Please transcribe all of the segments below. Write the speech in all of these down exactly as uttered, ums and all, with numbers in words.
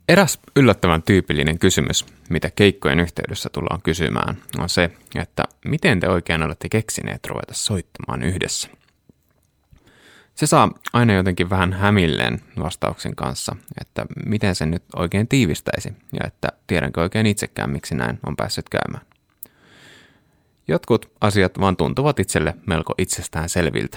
Eräs yllättävän tyypillinen kysymys, mitä keikkojen yhteydessä tullaan kysymään, on se, että miten te oikein olette keksineet ruveta soittamaan yhdessä. Se saa aina jotenkin vähän hämilleen vastauksen kanssa, että miten sen nyt oikein tiivistäisi ja että tiedänkö oikein itsekään, miksi näin on päässyt käymään. Jotkut asiat vaan tuntuvat itselle melko itsestään selviltä.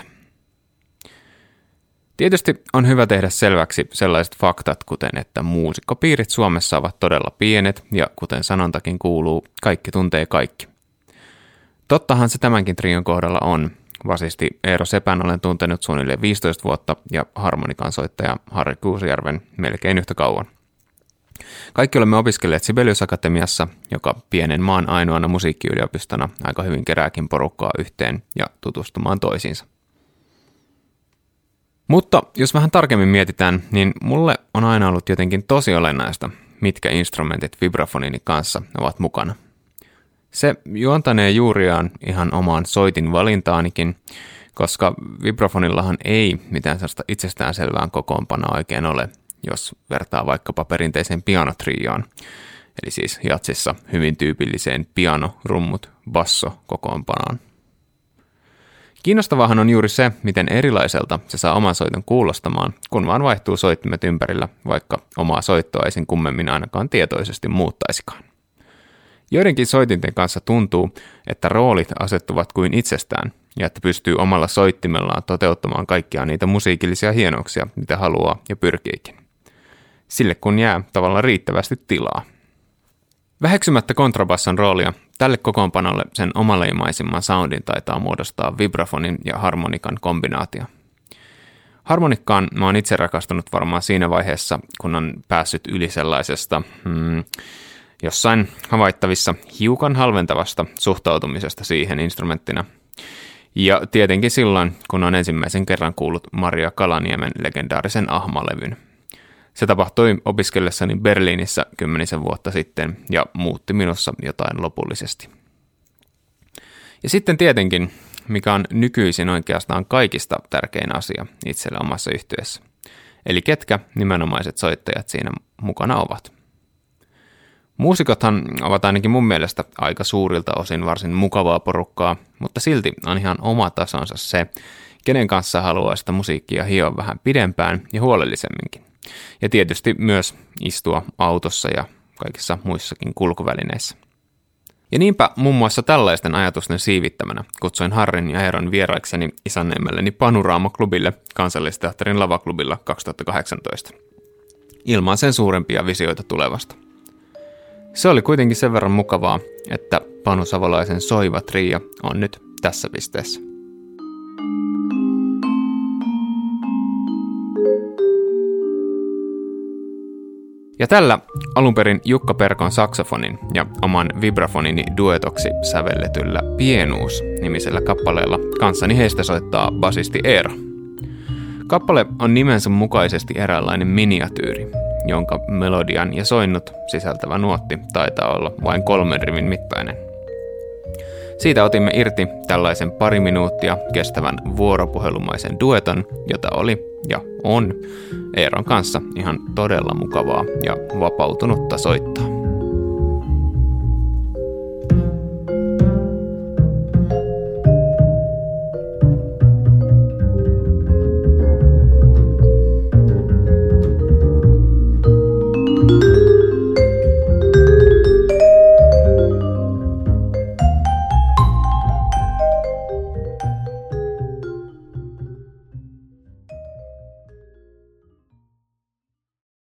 Tietysti on hyvä tehdä selväksi sellaiset faktat, kuten että muusikkopiirit Suomessa ovat todella pienet ja kuten sanontakin kuuluu, kaikki tuntee kaikki. Tottahan se tämänkin trion kohdalla on. Basisti Eero Sepän olen tuntenut suunnilleen viisitoista vuotta ja harmonikansoittaja Harri Kuusijärven melkein yhtä kauan. Kaikki olemme opiskelleet Sibelius Akatemiassa, joka pienen maan ainoana musiikkiyliopistona aika hyvin kerääkin porukkaa yhteen ja tutustumaan toisiinsa. Mutta jos vähän tarkemmin mietitään, niin mulle on aina ollut jotenkin tosi olennaista, mitkä instrumentit vibrafonini kanssa ovat mukana. Se juontanee juuriaan ihan omaan soitin valintaanikin, koska vibrafonillahan ei mitään sellaista itsestäänselvään kokoonpanoa oikein ole, jos vertaa vaikkapa perinteiseen pianotrioon, eli siis jatsissa hyvin tyypilliseen piano, rummut, basso kokoonpanoon. Kiinnostavahan on juuri se, miten erilaiselta se saa oman soiton kuulostamaan, kun vaan vaihtuu soittimet ympärillä, vaikka omaa soittoa ei sen kummemmin ainakaan tietoisesti muuttaisikaan. Joidenkin soitinten kanssa tuntuu, että roolit asettuvat kuin itsestään, ja että pystyy omalla soittimellaan toteuttamaan kaikkia niitä musiikillisia hienouksia, mitä haluaa ja pyrkiikin. Sille kun jää tavallaan riittävästi tilaa. Väheksymättä kontrabasson roolia, tälle kokoonpanolle sen omaleimaisimman soundin taitaa muodostaa vibrafonin ja harmonikan kombinaatio. Harmonikkaan mä oon itse rakastunut varmaan siinä vaiheessa, kun on päässyt yli sellaisesta hmm, jossain havaittavissa hiukan halventavasta suhtautumisesta siihen instrumenttina. Ja tietenkin silloin, kun on ensimmäisen kerran kuullut Maria Kalaniemen legendaarisen Ahma-levyn. Se tapahtui opiskellessani Berliinissä kymmenisen vuotta sitten ja muutti minussa jotain lopullisesti. Ja sitten tietenkin, mikä on nykyisin oikeastaan kaikista tärkein asia itselle omassa yhtyeessä. Eli ketkä nimenomaiset soittajat siinä mukana ovat. Muusikothan ovat ainakin mun mielestä aika suurilta osin varsin mukavaa porukkaa, mutta silti on ihan oma tasonsa se, kenen kanssa haluaa sitä musiikkia hioa vähän pidempään ja huolellisemminkin. Ja tietysti myös istua autossa ja kaikissa muissakin kulkuvälineissä. Ja niinpä muun muassa tällaisten ajatusten siivittämänä kutsuin Harrin ja Eeron vieraikseni isänneimälleni Panoraama-klubille Kansallisteatterin lavaklubilla kaksituhattakahdeksantoista. Ilman sen suurempia visioita tulevasta. Se oli kuitenkin sen verran mukavaa, että Panu Savolaisen soiva trio on nyt tässä pisteessä. Ja tällä alunperin Jukka Perkon saksofonin ja oman vibrafonini duetoksi sävelletyllä Pienuus-nimisellä kappaleella kanssani heistä soittaa basisti Eero. Kappale on nimensä mukaisesti eräänlainen miniatyyri, jonka melodian ja soinnut sisältävä nuotti taitaa olla vain kolmen rivin mittainen. Siitä otimme irti tällaisen pari minuuttia kestävän vuoropuhelumaisen dueton, jota oli ja on Eeron kanssa ihan todella mukavaa ja vapautunutta soittaa.